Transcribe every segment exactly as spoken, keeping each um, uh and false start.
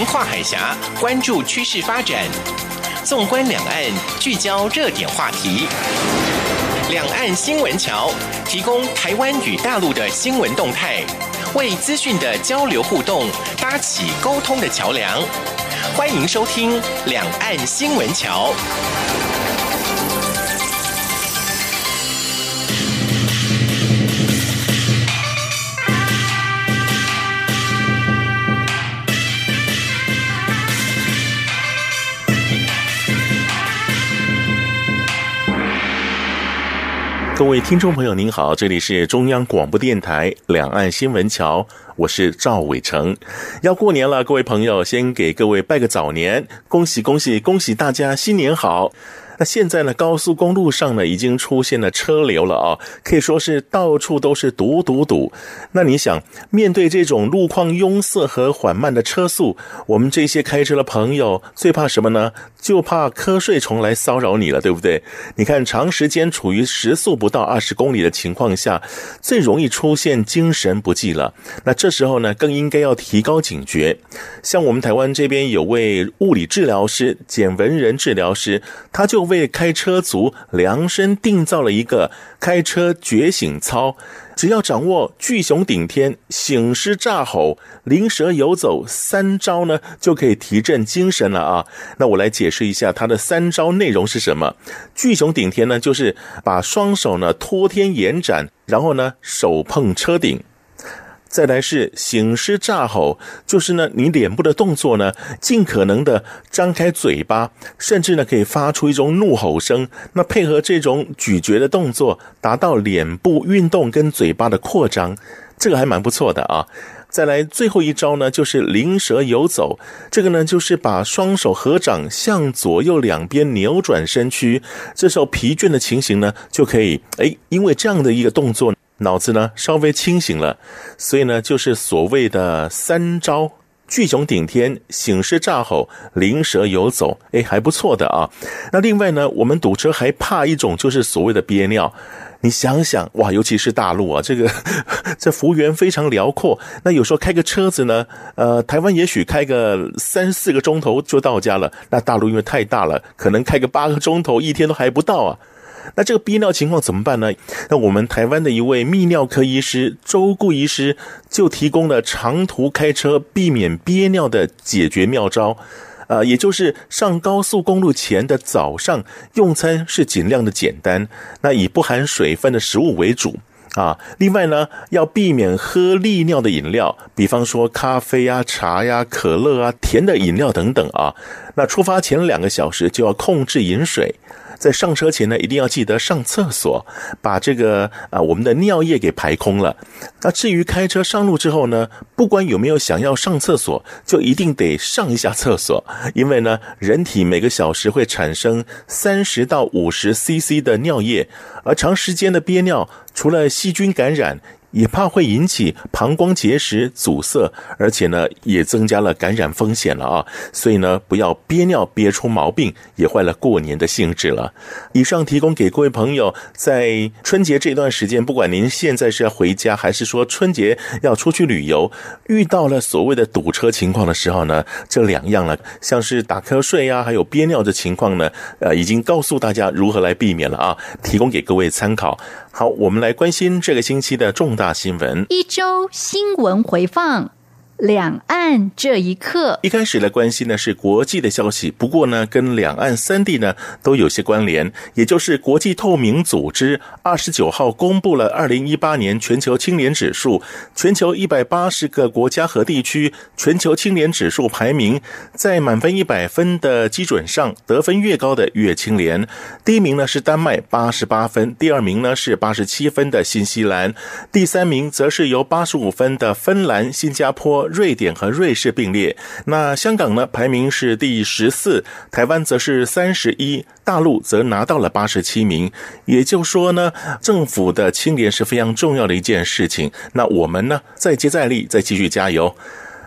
横跨海峡，关注趋势发展。纵观两岸，聚焦热点话题。两岸新闻桥提供台湾与大陆的新闻动态，为资讯的交流互动搭起沟通的桥梁。欢迎收听两岸新闻桥。 各位听众朋友您好，这里是中央广播电台两岸新闻桥，我是赵伟成。要过年了，各位朋友先给各位拜个早年，恭喜恭喜恭喜大家新年好。那现在呢，高速公路上呢已经出现了车流了啊，可以说是到处都是堵堵堵。那你想，面对这种路况拥塞和缓慢的车速，我们这些开车的朋友最怕什么呢？就怕瞌睡虫来骚扰你了，对不对？你看，长时间处于时速不到二十公里的情况下，最容易出现精神不济了。那这时候呢，更应该要提高警觉。像我们台湾这边有位物理治疗师、简文仁治疗师，他就为开车族量身定造了一个开车觉醒操，只要掌握巨熊顶天、醒狮诈吼、灵蛇游走三招呢，就可以提振精神了啊。那我来解释一下它的三招内容是什么。巨熊顶天呢，就是把双手呢托天延展，然后呢手碰车顶。再来是醒狮诈吼，就是呢你脸部的动作呢尽可能的张开嘴巴，甚至呢可以发出一种怒吼声，那配合这种咀嚼的动作，达到脸部运动跟嘴巴的扩张，这个还蛮不错的啊。再来最后一招呢，就是灵蛇游走，这个呢就是把双手合掌向左右两边扭转身躯，这时候疲倦的情形呢就可以诶因为这样的一个动作，脑子呢稍微清醒了，所以呢就是所谓的三招：巨熊顶天、醒狮诈吼、灵蛇游走，诶还不错的啊。那另外呢，我们堵车还怕一种就是所谓的憋尿。你想想哇，尤其是大陆啊，这个这幅员非常辽阔，那有时候开个车子呢，呃，台湾也许开个三四个钟头就到家了，那大陆因为太大了，可能开个八个钟头，一天都还不到啊。那这个憋尿情况怎么办呢？那我们台湾的一位泌尿科医师周顾医师就提供了长途开车避免憋尿的解决妙招。呃，也就是上高速公路前的早上用餐是尽量的简单，那以不含水分的食物为主啊。另外呢，要避免喝利尿的饮料，比方说咖啡啊、茶呀、可乐啊、甜的饮料等等啊。那出发前两个小时就要控制饮水。在上车前呢，一定要记得上厕所，把这个啊我们的尿液给排空了。那至于开车上路之后呢，不管有没有想要上厕所，就一定得上一下厕所，因为呢，人体每个小时会产生三十到五十 C C 的尿液，而长时间的憋尿，除了细菌感染，也怕会引起膀胱结石阻塞，而且呢也增加了感染风险了啊！所以呢不要憋尿憋出毛病，也坏了过年的兴致了。以上提供给各位朋友，在春节这段时间，不管您现在是要回家，还是说春节要出去旅游，遇到了所谓的堵车情况的时候呢，这两样了，像是打瞌睡啊，还有憋尿的情况呢，呃，已经告诉大家如何来避免了啊，提供给各位参考。好，我们来关心这个星期的重大新闻。 一周新闻回放，两岸这一刻。 一开始来关心的是国际的消息，不过呢跟两岸三地呢都有些关联，也就是国际透明组织二十九号公布了二零一八年全球青年指数，全球一百八十个国家和地区全球青年指数排名，在满分一百分的基准上，得分越高的越清廉。第一名呢是丹麦八十八分，第二名呢是八十七分的新西兰，第三名则是由八十五分的芬兰、新加坡、瑞典和瑞士并列。那香港呢排名是第十四，台湾则是三十一，大陆则拿到了八十七名。也就是说呢，政府的清廉是非常重要的一件事情。那我们呢再接再厉，再继续加油。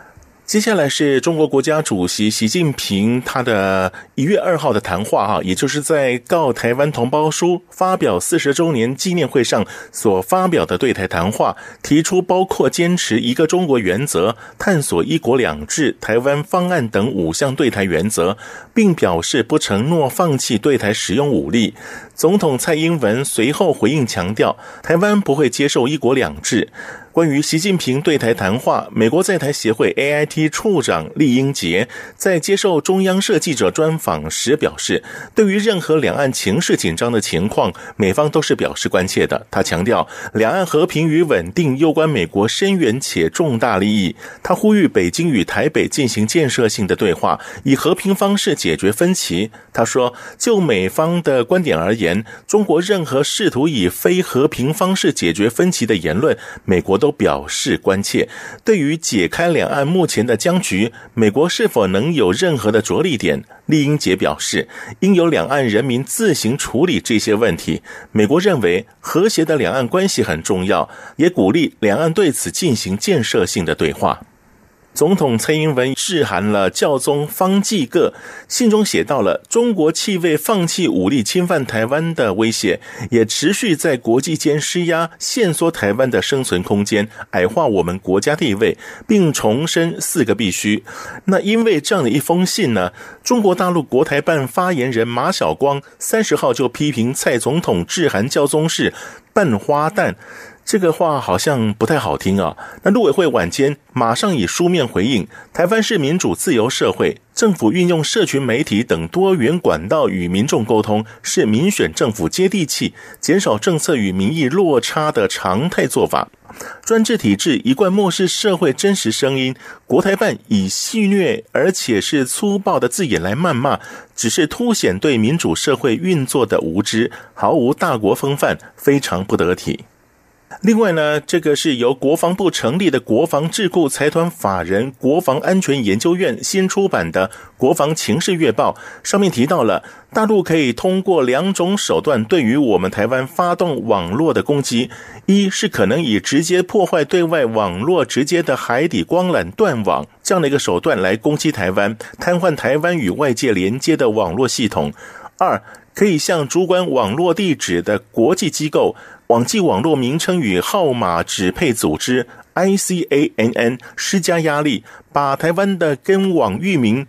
接下来是中国国家主席习近平他的一月二号的谈话哈，也就是在告台湾同胞书发表四十周年纪念会上所发表的对台谈话，提出包括坚持一个中国原则、探索一国两制、台湾方案等五项对台原则，并表示不承诺放弃对台使用武力。总统蔡英文随后回应强调，台湾不会接受一国两制。关于习近平对台谈话，美国在台协会 A I T 处长厉英杰在接受中央社记者专访时表示，对于任何两岸情势紧张的情况，美方都是表示关切的。他强调，两岸和平与稳定攸关美国深远且重大利益。他呼吁北京与台北进行建设性的对话，以和平方式解决分歧。他说，就美方的观点而言，中国任何试图以非和平方式解决分歧的言论，美国都都表示关切。对于解开两岸目前的僵局，美国是否能有任何的着力点？厉英杰表示，应由两岸人民自行处理这些问题。美国认为和谐的两岸关系很重要，也鼓励两岸对此进行建设性的对话。总统蔡英文致函了教宗方济各，信中写到了中国弃未放弃武力侵犯台湾的威胁，也持续在国际间施压，限缩台湾的生存空间，矮化我们国家地位，并重申四个必须。那因为这样的一封信呢，中国大陆国台办发言人马晓光三十号就批评蔡总统致函教宗是笨花蛋。这个话好像不太好听啊。那陆委会晚间马上以书面回应，台湾是民主自由社会，政府运用社群媒体等多元管道与民众沟通，是民选政府接地气、减少政策与民意落差的常态做法。专制体制一贯漠视社会真实声音，国台办以戏谑而且是粗暴的字眼来谩骂，只是凸显对民主社会运作的无知，毫无大国风范，非常不得体。另外呢，这个是由国防部成立的国防智库财团法人国防安全研究院新出版的《国防情势月报》上面提到了，大陆可以通过两种手段对于我们台湾发动网络的攻击，一是可能以直接破坏对外网络直接的海底光缆断网这样的一个手段来攻击台湾，瘫痪台湾与外界连接的网络系统；二可以向主管网络地址的国际机构、网际网络名称与号码指配组织 I C A N N 施加压力，把台湾的根网域名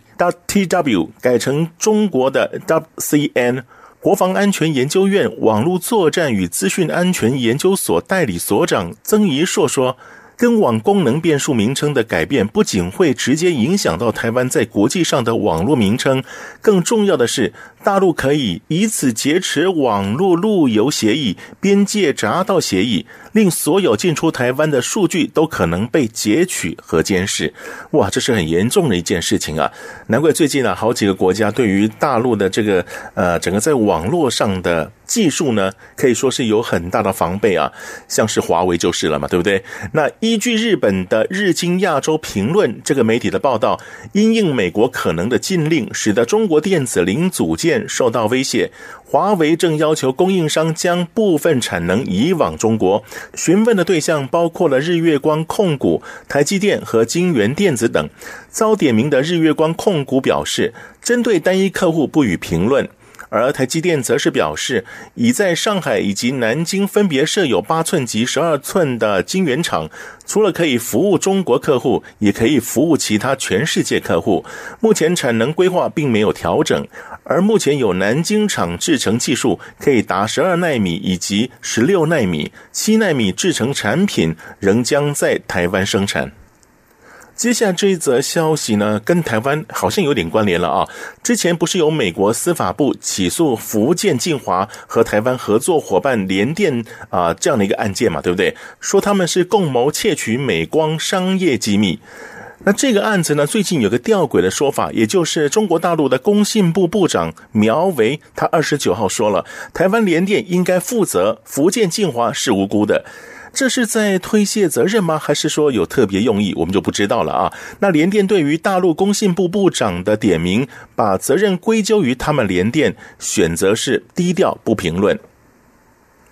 .tw 改成中国的 .cn。国防安全研究院网络作战与资讯安全研究所代理所长曾怡硕说，根网功能变数名称的改变不仅会直接影响到台湾在国际上的网络名称，更重要的是，大陆可以以此劫持网络路由协议、边界匝道协议，令所有进出台湾的数据都可能被截取和监视。哇，这是很严重的一件事情啊！难怪最近啊，好几个国家对于大陆的这个呃整个在网络上的技术呢，可以说是有很大的防备啊，像是华为就是了嘛，对不对？那依据日本的日经亚洲评论这个媒体的报道，因应美国可能的禁令，使得中国电子零组件受到威胁，华为正要求供应商将部分产能移往中国。询问的对象包括了日月光控股、台积电和晶圆电子等。遭点名的日月光控股表示，针对单一客户不予评论。而台积电则是表示，已在上海以及南京分别设有八寸及十二寸的晶圆厂，除了可以服务中国客户，也可以服务其他全世界客户。目前产能规划并没有调整，而目前有南京厂制程技术可以达十二奈米以及十六奈米，七奈米制程产品仍将在台湾生产。接下来这一则消息呢，跟台湾好像有点关联了啊。之前不是有美国司法部起诉福建晋华和台湾合作伙伴联电啊、呃、这样的一个案件嘛，对不对？说他们是共谋窃取美光商业机密。那这个案子呢，最近有个吊诡的说法，也就是中国大陆的工信部部长苗圩，他二十九号说了，台湾联电应该负责，福建晋华是无辜的。这是在推卸责任吗？还是说有特别用意？我们就不知道了啊。那联电对于大陆工信部部长的点名，把责任归咎于他们联电，选择是低调不评论。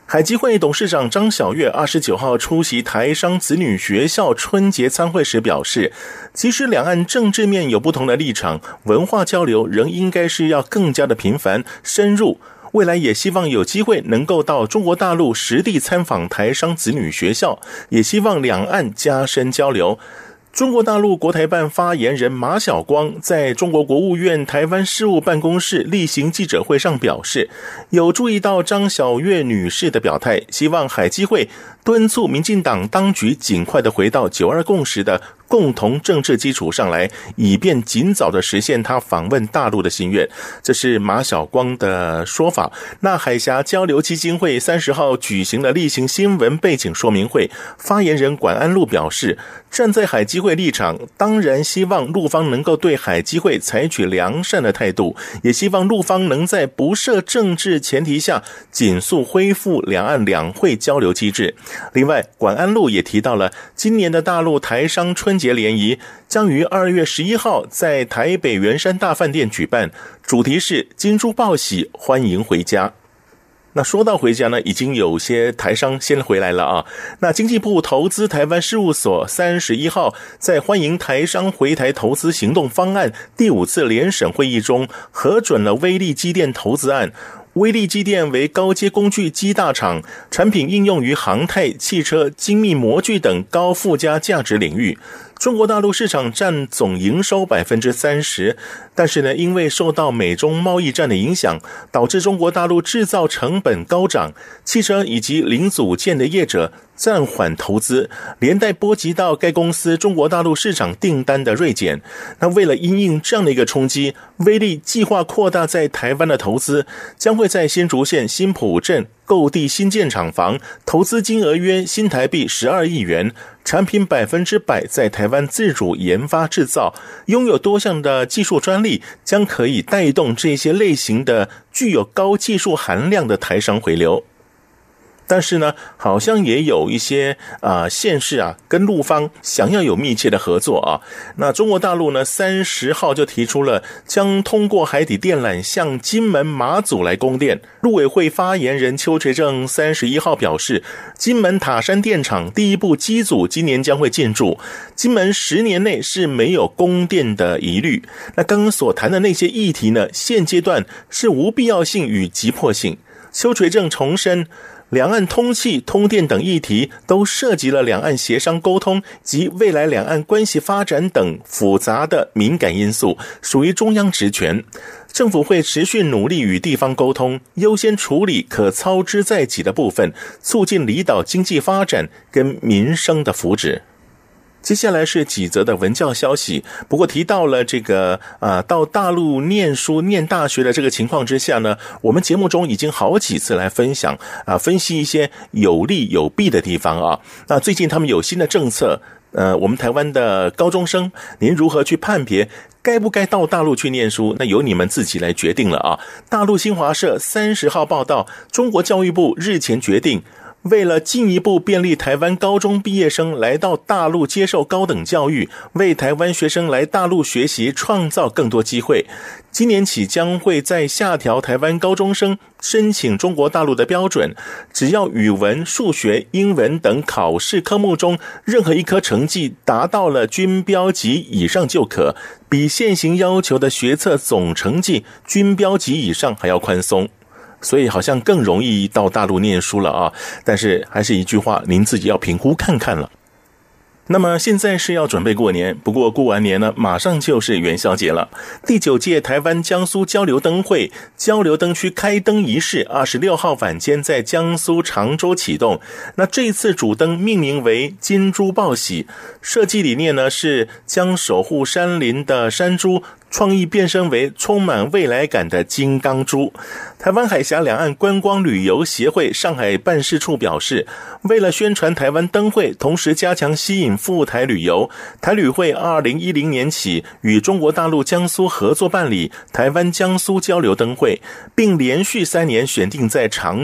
海基会董事长张晓月二十九号出席台商子女学校春节参会时表示，即使两岸政治面有不同的立场，文化交流仍应该是要更加的频繁深入，未来也希望有机会能够到中国大陆实地参访台商子女学校，也希望两岸加深交流。中国大陆国台办发言人马晓光在中国国务院台湾事务办公室例行记者会上表示，有注意到张晓月女士的表态，希望海基会敦促民进党当局尽快的回到九二共识的共同政治基础上来，以便尽早的实现他访问大陆的心愿。这是马晓光的说法。那海峡交流基金会三十号举行了例行新闻背景说明会，发言人管安禄表示，站在海基会立场，当然希望陆方能够对海基会采取良善的态度，也希望陆方能在不涉政治前提下紧速恢复两岸两会交流机制。另外，管安禄也提到了今年的大陆台商春节联谊将于二月十一号在台北圆山大饭店举办，主题是金猪报喜，欢迎回家。那说到回家呢，已经有些台商先回来了啊。那经济部投资台湾事务所三十一号在欢迎台商回台投资行动方案第五次联审会议中，核准了威力机电投资案。威力机电为高阶工具机大厂，产品应用于航太、汽车、精密模具等高附加价值领域。中国大陆市场占总营收 百分之三十， 但是呢，因为受到美中贸易战的影响，导致中国大陆制造成本高涨，汽车以及零组件的业者暂缓投资，连带波及到该公司中国大陆市场订单的锐减。那为了因应这样的一个冲击，威力计划扩大在台湾的投资，将会在新竹县新埔镇购地新建厂房，投资金额约新台币十二亿元，产品百分之百在台湾自主研发制造，拥有多项的技术专利，将可以带动这些类型的具有高技术含量的台商回流。但是呢，好像也有一些啊县市啊跟陆方想要有密切的合作啊。那中国大陆呢，三十号就提出了将通过海底电缆向金门、马祖来供电。陆委会发言人邱垂正三十一号表示，金门塔山电厂第一部机组今年将会进驻，金门十年内是没有供电的疑虑。那刚刚所谈的那些议题呢，现阶段是无必要性与急迫性。邱垂正重申，两岸通气、通电等议题都涉及了两岸协商沟通及未来两岸关系发展等复杂的敏感因素，属于中央职权。政府会持续努力与地方沟通，优先处理可操之在己的部分，促进离岛经济发展跟民生的福祉。接下来是几则的文教消息，不过提到了这个啊，到大陆念书念大学的这个情况之下呢，我们节目中已经好几次来分享啊，分析一些有利有弊的地方啊。那最近他们有新的政策，呃，我们台湾的高中生，您如何去判别该不该到大陆去念书？那由你们自己来决定了啊。大陆新华社三十号报道，中国教育部日前决定，为了进一步便利台湾高中毕业生来到大陆接受高等教育，为台湾学生来大陆学习创造更多机会，今年起将会在下调台湾高中生申请中国大陆的标准，只要语文、数学、英文等考试科目中任何一科成绩达到了均标级以上就可，比现行要求的学测总成绩均标级以上还要宽松。所以好像更容易到大陆念书了啊！但是还是一句话，您自己要评估看看了。那么现在是要准备过年，不过过完年呢，马上就是元宵节了。第九届台湾江苏交流灯会交流灯区开灯仪式二十六号晚间在江苏常州启动。那这次主灯命名为金猪报喜，设计理念呢是将守护山林的山猪创意变身为充满未来感的金刚猪。台湾海峡两岸观光旅游协会上海办事处表示，为了宣传台湾灯会，同时加强吸引赴台旅游，台旅会二零一零年起与中国大陆江苏合作办理台湾江苏交流灯会，并连续三年选定在常州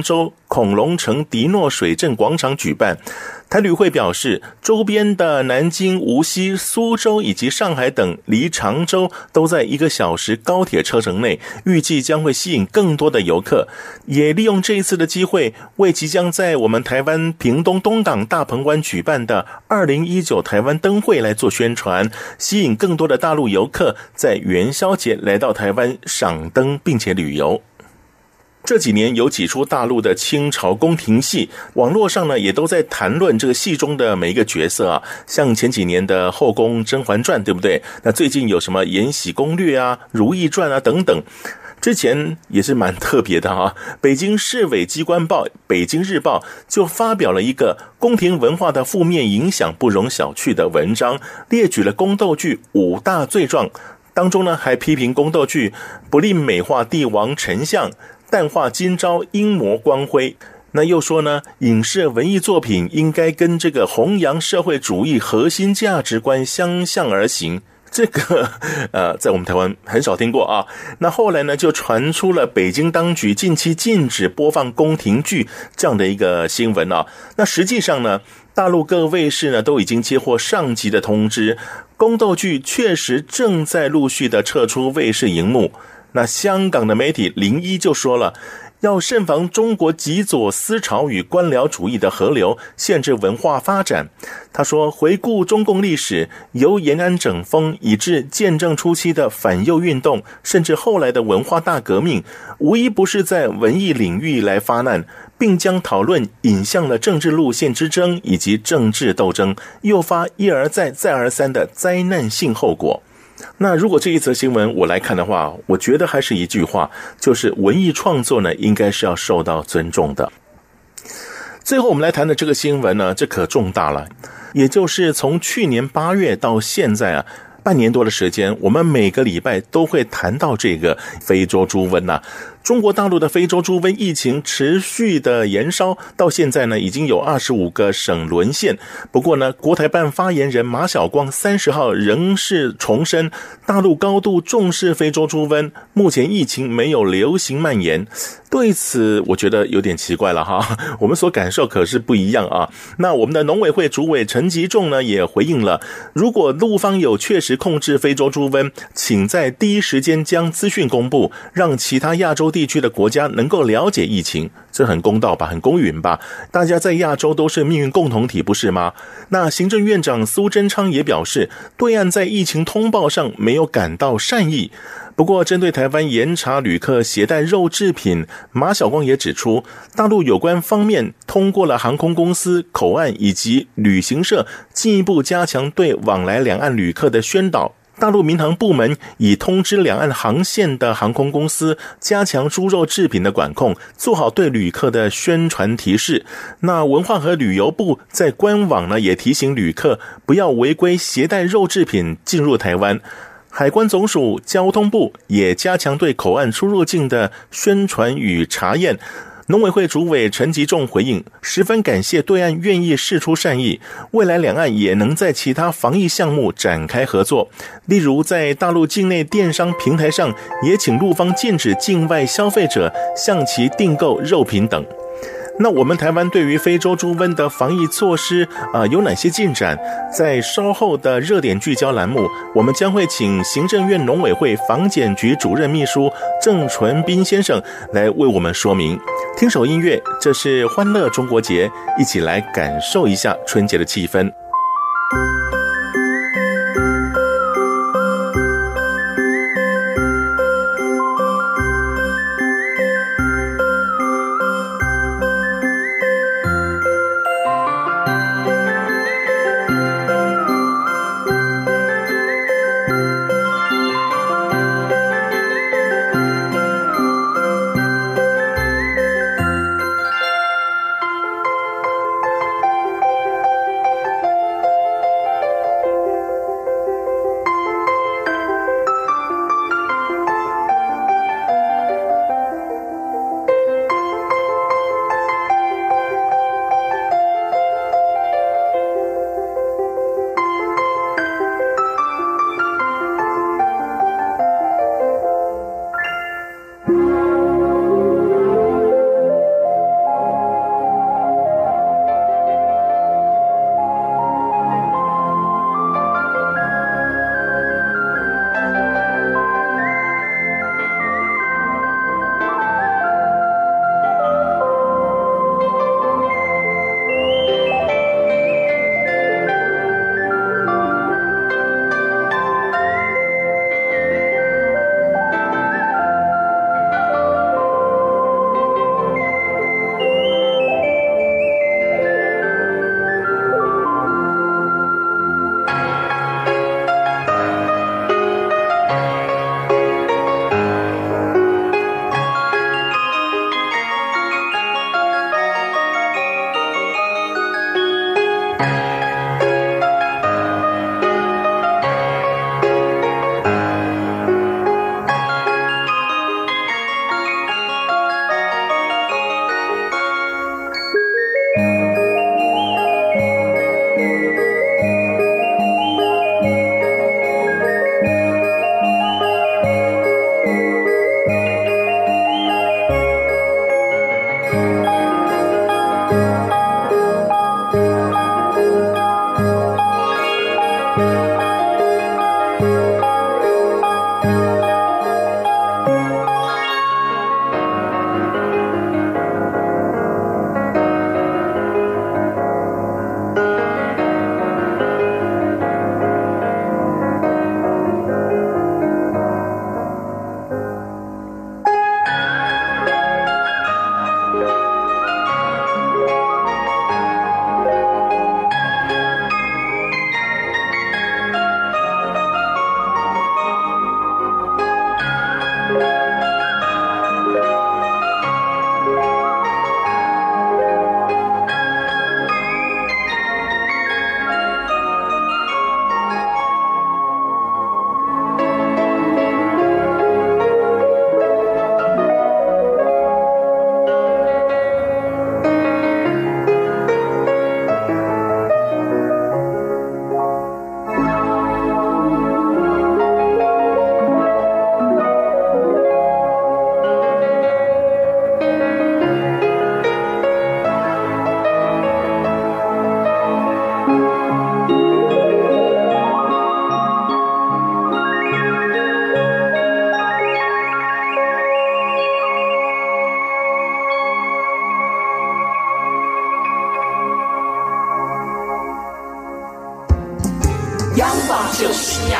恐龙城迪诺水镇广场举办。台旅会表示，周边的南京、无锡、苏州以及上海等离常州都在一个小时高铁车程内，预计将会吸引更多的游客。也利用这一次的机会，为即将在我们台湾屏东东港大鹏湾举办的二零一九台湾灯会来做宣传，吸引更多的大陆游客在元宵节来到台湾赏灯并且旅游。这几年有几出大陆的清朝宫廷戏，网络上呢也都在谈论这个戏中的每一个角色啊，像前几年的后宫甄嬛传，对不对？那最近有什么延禧攻略啊、如懿传啊等等。之前也是蛮特别的啊，北京市委机关报《北京日报》就发表了一个宫廷文化的负面影响不容小觑的文章，列举了宫斗剧五大罪状，当中呢还批评宫斗剧不吝美化帝王丞相，淡化今朝英模光辉。那又说呢，影视文艺作品应该跟这个弘扬社会主义核心价值观相向而行。这个呃，在我们台湾很少听过啊。那后来呢，就传出了北京当局近期禁止播放宫廷剧这样的一个新闻啊。那实际上呢，大陆各卫视呢都已经接获上级的通知，宫斗剧确实正在陆续的撤出卫视荧幕。那香港的媒体零一就说了，要慎防中国极左思潮与官僚主义的河流，限制文化发展。他说，回顾中共历史，由延安整风以至建政初期的反右运动，甚至后来的文化大革命，无一不是在文艺领域来发难，并将讨论引向了政治路线之争以及政治斗争，诱发一而再再而三的灾难性后果。那如果这一则新闻我来看的话，我觉得还是一句话，就是文艺创作呢，应该是要受到尊重的。最后我们来谈的这个新闻呢，这可重大了，也就是从去年八月到现在啊，半年多的时间，我们每个礼拜都会谈到这个非洲猪瘟啊。中国大陆的非洲猪瘟疫情持续的延烧，到现在呢已经有二十五个省沦陷。不过呢，国台办发言人马晓光三十号仍是重申，大陆高度重视非洲猪瘟，目前疫情没有流行蔓延。对此我觉得有点奇怪了哈，我们所感受可是不一样啊。那我们的农委会主委陈吉仲呢也回应了，如果陆方有确实控制非洲猪瘟，请在第一时间将资讯公布，让其他亚洲地区的国家能够了解疫情，这很公道吧，很公允吧，大家在亚洲都是命运共同体，不是吗？那行政院长苏贞昌也表示，对岸在疫情通报上没有感到善意。不过针对台湾严查旅客携带肉制品，马晓光也指出，大陆有关方面通过了航空公司、口岸以及旅行社，进一步加强对往来两岸旅客的宣导。大陆民航部门已通知两岸航线的航空公司，加强猪肉制品的管控，做好对旅客的宣传提示。那文化和旅游部在官网呢也提醒旅客不要违规携带肉制品进入台湾。海关总署、交通部也加强对口岸出入境的宣传与查验。农委会主委陈吉仲回应，十分感谢对岸愿意释出善意，未来两岸也能在其他防疫项目展开合作，例如在大陆境内电商平台上，也请陆方禁止境外消费者向其订购肉品等。那我们台湾对于非洲猪瘟的防疫措施啊、呃，有哪些进展？在稍后的热点聚焦栏目，我们将会请行政院农委会防检局主任秘书郑纯斌先生来为我们说明。听首音乐，这是欢乐中国节，一起来感受一下春节的气氛。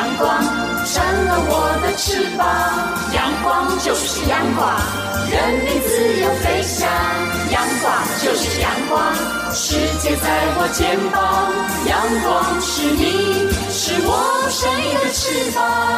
阳光，扇了我的翅膀。阳光就是阳光，人民自由飞翔。阳光就是阳光，世界在我肩膀。阳光是你，是我生命的翅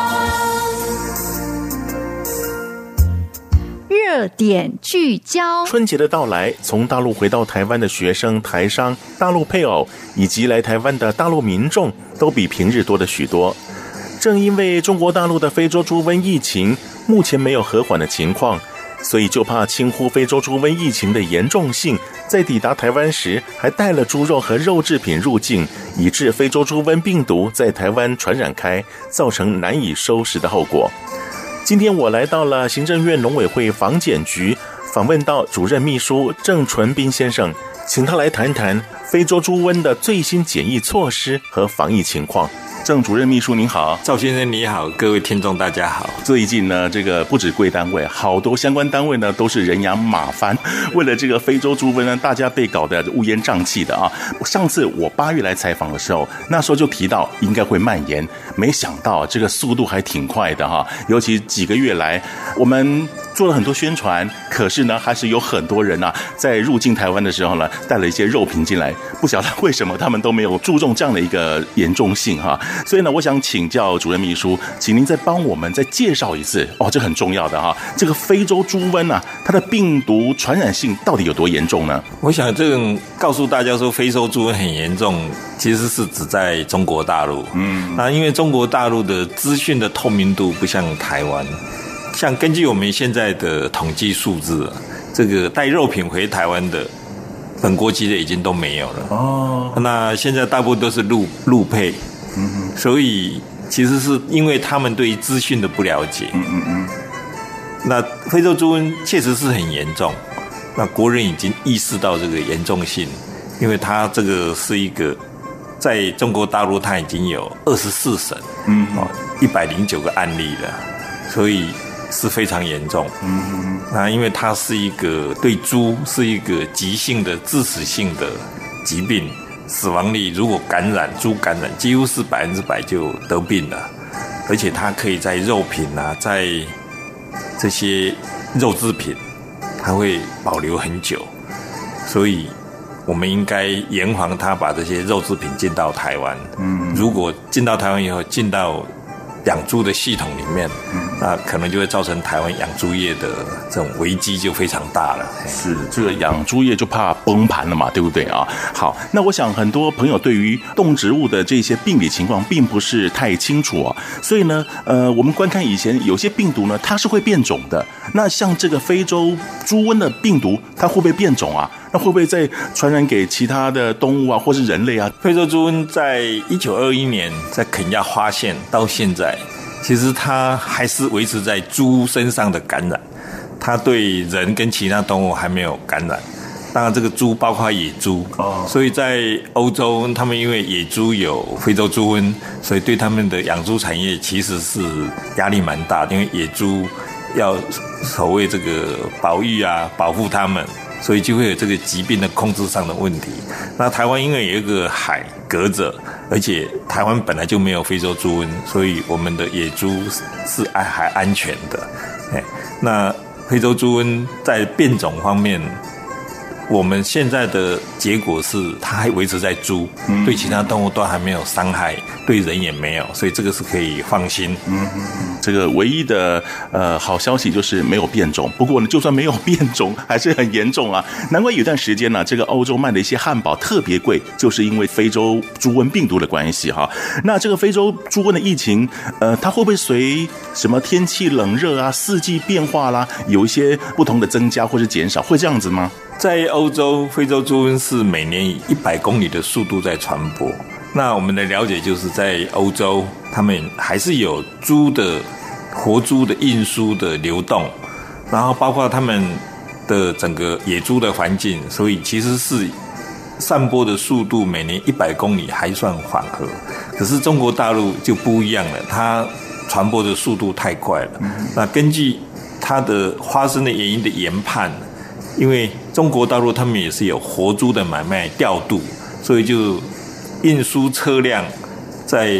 膀。 热点聚焦。 春节的到来，从大陆回到台湾的学生、台商、大陆配偶以及来台湾的大陆民众都比平日多了许多。正因为中国大陆的非洲猪瘟疫情目前没有和缓的情况，所以就怕轻忽非洲猪瘟疫情的严重性，在抵达台湾时还带了猪肉和肉制品入境，以致非洲猪瘟病毒在台湾传染开，造成难以收拾的后果。今天我来到了行政院农委会防检局，访问到主任秘书郑纯斌先生，请他来谈谈非洲猪瘟的最新检疫措施和防疫情况。郑主任秘书您好。 赵先生你好，各位听众大家好。 最近呢，这个不止贵单位，好多相关单位呢都是人仰马翻，为了这个非洲猪瘟呢，大家被搞得乌烟瘴气的啊。上次我八月来采访的时候，那时候就提到应该会蔓延，没想到这个速度还挺快的哈。尤其几个月来，我们做了很多宣传，可是呢，还是有很多人啊，在入境台湾的时候呢，带了一些肉品进来，不晓得为什么他们都没有注重这样的一个严重性哈。所以呢，我想请教主任秘书，请您再帮我们再介绍一次哦，这很重要的哈。这个非洲猪瘟啊，它的病毒传染性到底有多严重呢？ 我想这种告诉大家说非洲猪瘟很严重，其实是指在中国大陆。嗯，那因为中国大陆的资讯的透明度不像台湾，像根据我们现在的统计数字，这个带肉品回台湾的本国籍的已经都没有了。哦，那现在大部分都是陆陆配。嗯哼，所以其实是因为他们对于资讯的不了解。嗯嗯嗯。那非洲猪瘟确实是很严重，那国人已经意识到这个严重性，因为它这个是一个在中国大陆它已经有二十四省，嗯，哦，一百零九个案例了，所以是非常严重。嗯嗯。那因为它是一个对猪是一个急性的致死性的疾病。死亡率如果感染猪感染，几乎是百分之百就得病了，而且它可以在肉品啊，在这些肉制品，它会保留很久，所以我们应该严防它把这些肉制品进到台湾。嗯，如果进到台湾以后，进到养猪的系统里面，那可能就会造成台湾养猪业的这种危机就非常大了。 是，这个养猪业就怕崩盘了嘛，对不对啊？好，那我想很多朋友对于动植物的这些病理情况并不是太清楚啊，所以呢，呃，我们观看以前有些病毒呢，它是会变种的。那像这个非洲猪瘟的病毒，它会不会变种啊？那会不会再传染给其他的动物啊，或是人类啊？ 非洲猪瘟在一九二一年在肯亚发现到现在，其实它还是维持在猪身上的感染，它对人跟其他动物还没有感染。当然，这个猪包括野猪，哦，所以在欧洲，他们因为野猪有非洲猪瘟，所以对他们的养猪产业其实是压力蛮大的，因为野猪要守卫这个保育啊，保护它们。所以就会有这个疾病的控制上的问题。那台湾因为有一个海隔着，而且台湾本来就没有非洲猪瘟，所以我们的野猪是还安全的。那非洲猪瘟在变种方面，我们现在的结果是它还维持在猪，嗯，对其他动物都还没有伤害，对人也没有，所以这个是可以放心。嗯嗯嗯，这个唯一的呃好消息就是没有变种，不过呢，就算没有变种，还是很严重啊。难怪有段时间呢，这个欧洲卖的一些汉堡特别贵，就是因为非洲猪瘟病毒的关系哈。那这个非洲猪瘟的疫情，呃，它会不会随什么天气冷热啊、四季变化啦，有一些不同的增加或是减少，会这样子吗？ 在欧洲，非洲猪瘟是每年以一百公里的速度在传播。那我们的了解就是在欧洲，他们还是有猪的活猪的运输的流动，然后包括他们的整个野猪的环境，所以其实是散播的速度每年一百公里还算缓和。可是中国大陆就不一样了，它传播的速度太快了。那根据它的发生的原因的研判，因为中国大陆他们也是有活猪的买卖调度，所以就运输车辆在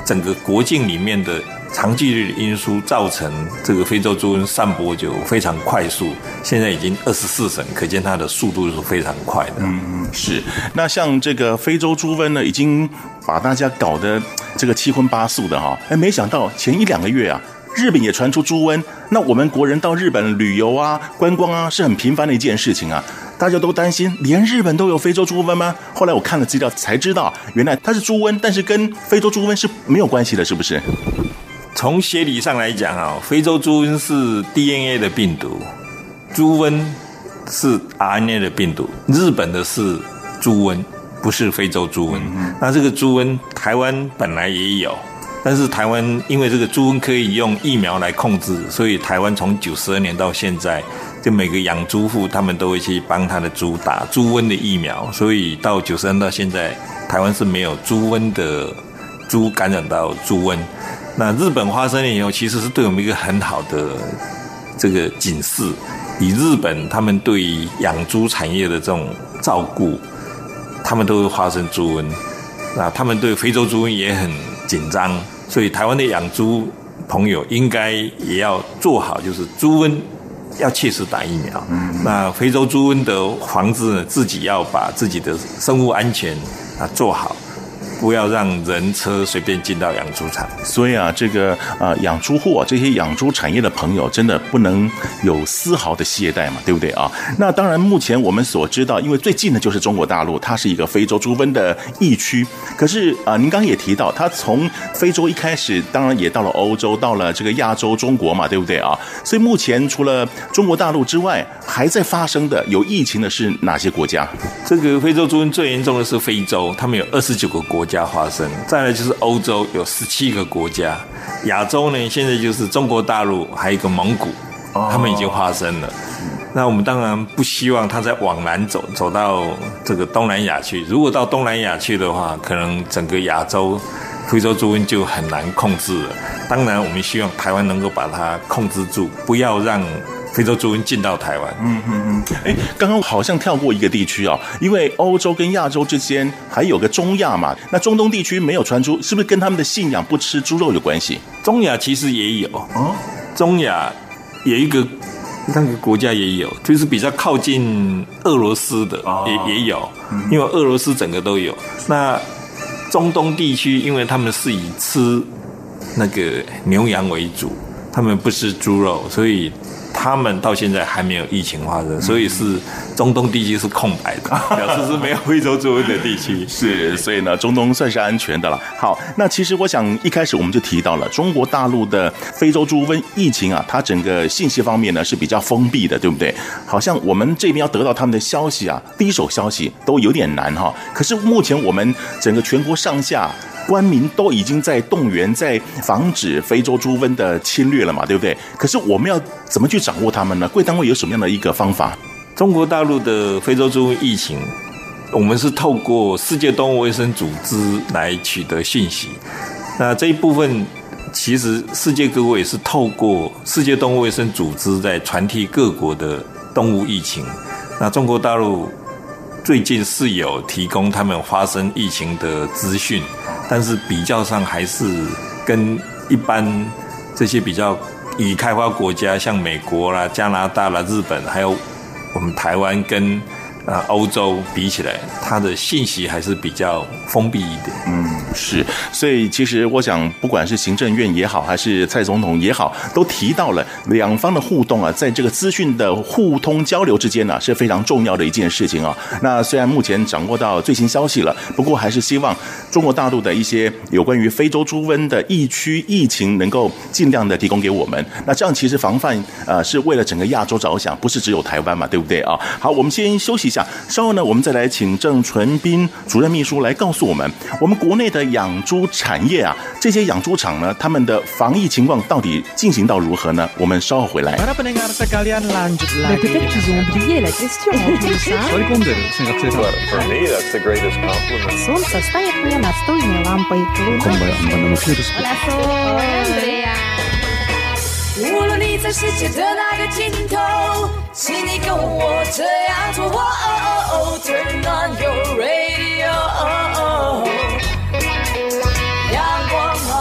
整个国境里面的长距离的运输造成这个非洲猪瘟散播就非常快速，现在已经二十四省，可见它的速度是非常快的。 嗯，是。那像这个非洲猪瘟呢，已经把大家搞得这个七荤八素的哈。哎，没想到前一两个月啊，日本也传出猪瘟，那我们国人到日本旅游啊、观光啊，是很频繁的一件事情啊。大家都担心，连日本都有非洲猪瘟吗？后来我看了资料才知道，原来它是猪瘟，但是跟非洲猪瘟是没有关系的，是不是？ 从学理上来讲啊，非洲猪瘟是 D N A 的病毒，猪瘟是 R N A 的病毒，日本的是猪瘟，不是非洲猪瘟。嗯、那这个猪瘟台湾本来也有，但是台湾因为这个猪瘟可以用疫苗来控制，所以台湾从九十二年到现在，就每个养猪户他们都会去帮他的猪打猪瘟的疫苗，所以到九十二年到现在，台湾是没有猪瘟的猪感染到猪瘟。那日本发生了以后，其实是对我们一个很好的这个警示。以日本他们对于养猪产业的这种照顾，他们都会发生猪瘟。那他们对非洲猪瘟也很紧张，所以台湾的养猪朋友应该也要做好，就是猪瘟要切实打疫苗。嗯、那非洲猪瘟的防治呢，自己要把自己的生物安全啊做好。不要让人车随便进到养猪场。 所以啊，这个啊养猪户啊，这些养猪产业的朋友，真的不能有丝毫的懈怠嘛，对不对啊？那当然，目前我们所知道，因为最近的就是中国大陆，它是一个非洲猪瘟的疫区。可是啊，您刚刚也提到，它从非洲一开始，当然也到了欧洲，到了这个亚洲、中国嘛，对不对啊？所以目前除了中国大陆之外，还在发生的有疫情的是哪些国家？ 这个非洲猪瘟最严重的是非洲，他们有二十九个国家。家发生，再来就是欧洲有十七个国家，亚洲呢现在就是中国大陆，还有一个蒙古，他们已经发生了。那我们当然不希望它再往南走，走到这个东南亚去。如果到东南亚去的话，可能整个亚洲非洲猪瘟就很难控制了。当然，我们希望台湾能够把它控制住，不要让非洲猪瘟进到台湾。 嗯嗯嗯。哎，刚刚好像跳过一个地区啊、哦，因为欧洲跟亚洲之间还有个中亚嘛，那中东地区没有传出，是不是跟他们的信仰不吃猪肉有关系？ 中亚其实也有，哦，中亚有一个那个国家也有，就是比较靠近俄罗斯的，哦、也也有，因为俄罗斯整个都有。那中东地区，因为他们是以吃那个牛羊为主，他们不吃猪肉，所以他们到现在还没有疫情发生，所以是中东地区是空白的，表示是没有非洲猪瘟的地区。 是，所以呢，中东算是安全的了。好，那其实我想一开始我们就提到了中国大陆的非洲猪瘟疫情啊，它整个信息方面呢是比较封闭的，对不对？好像我们这边要得到他们的消息啊，第一手消息都有点难哈。可是目前我们整个全国上下官民都已经在动员，在防止非洲猪瘟的侵略了嘛，对不对？可是我们要怎么去掌握它们呢？贵单位有什么样的一个方法？ 中国大陆的非洲猪瘟疫情，我们是透过世界动物卫生组织来取得讯息。那这一部分，其实世界各国也是透过世界动物卫生组织在传递各国的动物疫情。那中国大陆最近是有提供他们发生疫情的资讯，但是比较上还是跟一般这些比较已开发国家，像美国啦、加拿大啦、日本，还有我们台湾跟呃欧洲比起来，它的信息还是比较封闭一点。 嗯，是。所以其实我想，不管是行政院也好，还是蔡总统也好，都提到了两方的互动啊，在这个资讯的互通交流之间呢、啊，是非常重要的一件事情啊。那虽然目前掌握到最新消息了，不过还是希望中国大陆的一些有关于非洲猪瘟的疫区疫情能够尽量的提供给我们。那这样其实防范呃是为了整个亚洲着想，不是只有台湾嘛，对不对啊？好，我们先休息一下，稍后呢，我们再来请郑纯斌主任秘书来告诉我们，我们国内的养猪产业啊，这些养猪场呢，他们的防疫情况到底进行到如何呢？我们稍后回来。 Para pendengar sekalian lanjut lagi. Peut-être qu'ils ont oublié la question en plus, hein? Sorry, Kunder, singkat cerita. For me, that's the greatest compliment. Солнце стоит мне настольной лампой. Kombaja, Mbana Mufidus. Hola, Sol. Andrea. 无论你在世界的哪个尽头，请你跟我这样做。哦哦哦 Turn on your radio。阳光好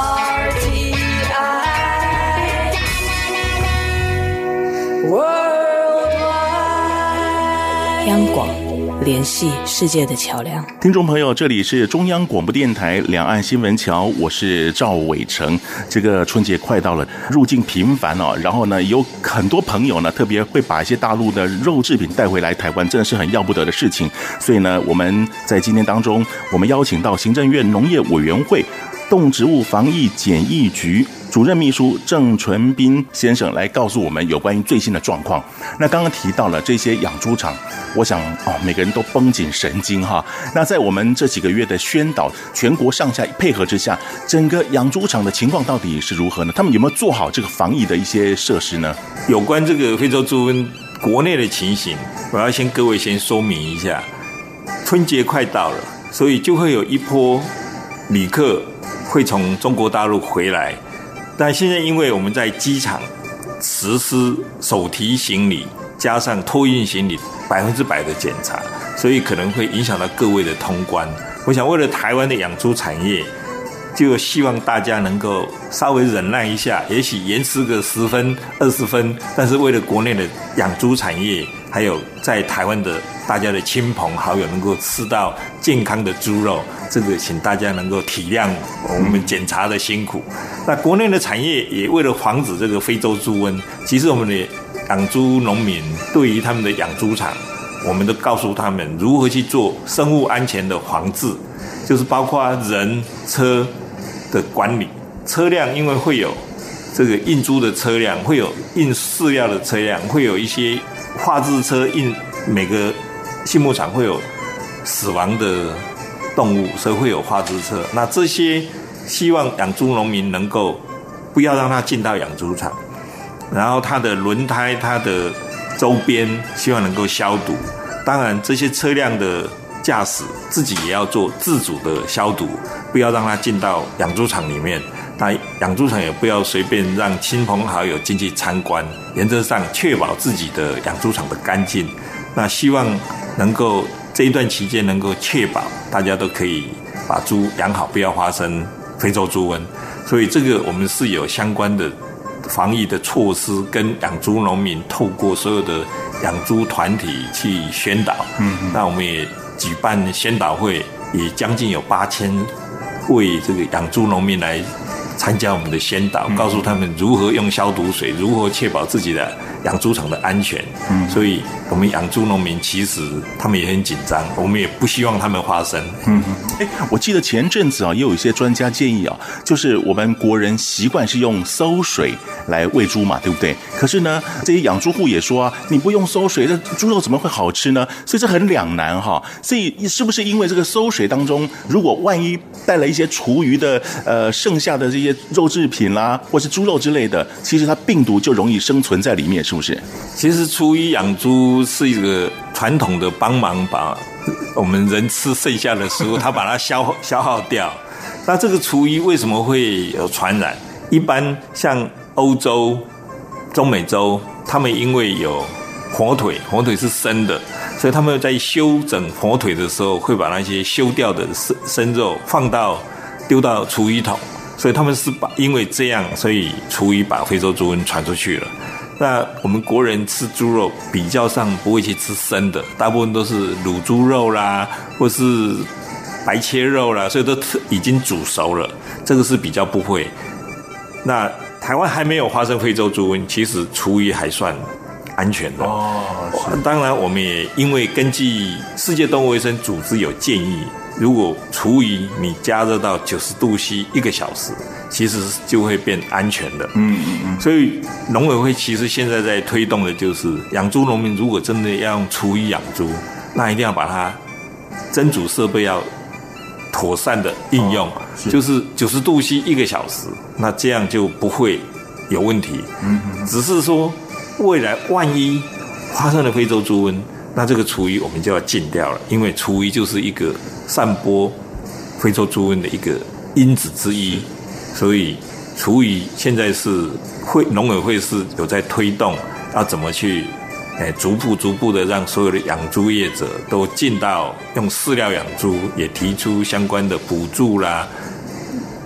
央广，联系世界的桥梁。 听众朋友，这里是中央广播电台两岸新闻桥，我是赵伟成。这个春节快到了，入境频繁哦，然后呢，有很多朋友呢，特别会把一些大陆的肉制品带回来台湾，真的是很要不得的事情。所以呢，我们在今天当中，我们邀请到行政院农业委员会动植物防疫检疫局主任秘书郑纯斌先生来告诉我们有关于最新的状况。那刚刚提到了这些养猪场，我想哦，每个人都绷紧神经哈。那在我们这几个月的宣导，全国上下配合之下，整个养猪场的情况到底是如何呢？他们有没有做好这个防疫的一些设施呢？ 有关这个非洲猪瘟国内的情形，我要先各位先说明一下。春节快到了，所以就会有一波旅客会从中国大陆回来。但现在因为我们在机场实施手提行李加上托运行李百分之百的检查，所以可能会影响到各位的通关。我想为了台湾的养猪产业，就希望大家能够稍微忍耐一下，也许延迟个十分二十分，但是为了国内的养猪产业，还有在台湾的大家的亲朋好友能够吃到健康的猪肉，这个请大家能够体谅我们检查的辛苦。那国内的产业也为了防止这个非洲猪瘟，其实我们的养猪农民对于他们的养猪场，我们都告诉他们如何去做生物安全的防治，就是包括人车的管理，车辆因为会有这个运猪的车辆，会有运饲料的车辆，会有一些化制车运，每个畜牧场会有死亡的动物，所以会有化制车。那这些希望养猪农民能够不要让它进到养猪场，然后它的轮胎、它的周边希望能够消毒。当然，这些车辆的驾驶自己也要做自主的消毒，不要让它进到养猪场里面。那养猪场也不要随便让亲朋好友进去参观，原则上确保自己的养猪场的干净。那希望能够这一段期间能够确保大家都可以把猪养好，不要发生非洲猪瘟。所以这个我们是有相关的防疫的措施，跟养猪农民透过所有的养猪团体去宣导。嗯，那我们也举办宣导会，也将近有八千位这个养猪农民来参加我们的宣导，告诉他们如何用消毒水，如何确保自己的养猪场的安全。嗯，所以我们养猪农民其实他们也很紧张，我们也不希望他们发生。 嗯，哎，我记得前阵子啊，也有一些专家建议啊，就是我们国人习惯是用馊水来喂猪嘛，对不对？可是呢，这些养猪户也说啊，你不用馊水，这猪肉怎么会好吃呢？所以这很两难哈。所以是不是因为这个馊水当中，如果万一带了一些厨余的呃剩下的这些肉制品啦，或是猪肉之类的，其实它病毒就容易生存在里面，是不是？ 其实厨余养猪是一个传统的帮忙把我们人吃剩下的食物，它把它消消耗掉。那这个厨余为什么会有传染？一般像欧洲、中美洲，他们因为有火腿，火腿是生的，所以他们在修整火腿的时候，会把那些修掉的生生肉放到丢到厨余桶，所以他们是把因为这样，所以厨余把非洲猪瘟传出去了。那我们国人吃猪肉比较上不会去吃生的，大部分都是卤猪肉啦，或是白切肉啦，所以都已经煮熟了，这个是比较不会。那台湾还没有发生非洲猪瘟，其实厨余还算安全的。哦，当然我们也因为根据世界动物卫生组织有建议，如果厨余你加热到九十度 C 一个小时，其实就会变安全的。嗯嗯嗯。所以农委会其实现在在推动的就是，养猪农民如果真的要用厨余养猪，那一定要把它蒸煮设备要妥善的应用，哦、是就是九十度 C 一个小时，那这样就不会有问题。嗯嗯。只是说未来万一发生了非洲猪瘟，那这个厨余我们就要禁掉了，因为厨余就是一个散播非洲猪瘟的一个因子之一，所以厨余现在是会农委会是有在推动，要怎么去诶逐步逐步的让所有的养猪业者都进到用饲料养猪，也提出相关的补助啦，